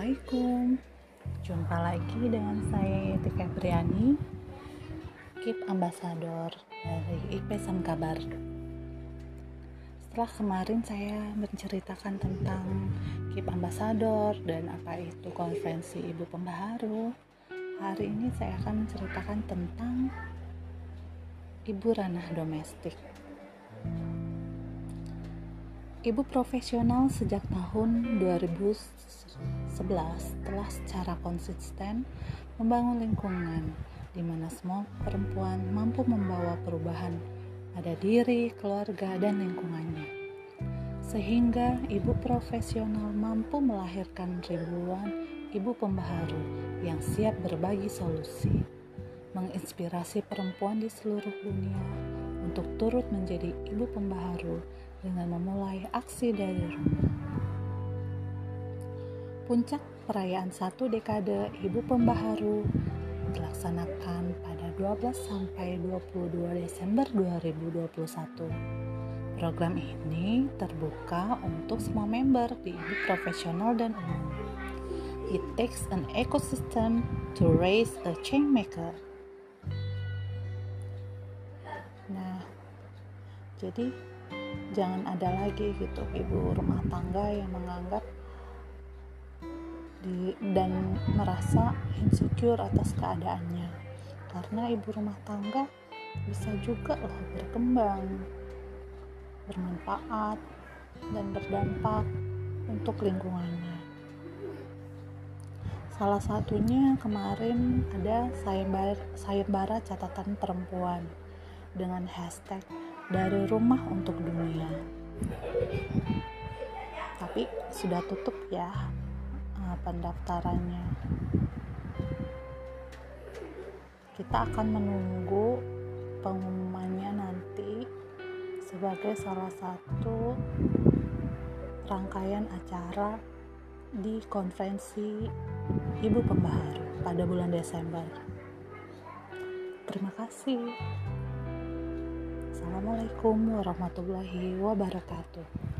Assalamualaikum. Jumpa lagi dengan saya Yeti Febriani, KIP Ambassador dari IP Sam Kabar. Setelah kemarin saya menceritakan tentang KIP Ambassador dan apa itu konferensi Ibu Pembaharu, hari ini saya akan menceritakan tentang Ibu Ranah Domestik. Ibu profesional sejak tahun 2011 telah secara konsisten membangun lingkungan di mana semua perempuan mampu membawa perubahan pada diri, keluarga, dan lingkungannya. Sehingga ibu profesional mampu melahirkan ribuan ibu pembaharu yang siap berbagi solusi, menginspirasi perempuan di seluruh dunia untuk turut menjadi ibu pembaharu dengan memulai aksi dari rumah. Puncak perayaan 1 dekade Ibu Pembaharu dilaksanakan pada 12 sampai 22 Desember 2021. Program ini terbuka untuk semua member di ibu profesional dan umum. It takes an ecosystem to raise a change maker. Nah, jadi jangan ada lagi gitu ibu rumah tangga yang menganggap dan merasa insecure atas keadaannya, karena ibu rumah tangga bisa juga loh berkembang, bermanfaat dan berdampak untuk lingkungannya. Salah satunya kemarin ada sayembara catatan perempuan dengan hashtag dari rumah untuk dunia, tapi sudah tutup ya pendaftarannya. Kita akan menunggu pengumumannya nanti sebagai salah satu rangkaian acara di konferensi Ibu Pembaharu pada bulan Desember. Terima kasih. Assalamualaikum warahmatullahi wabarakatuh.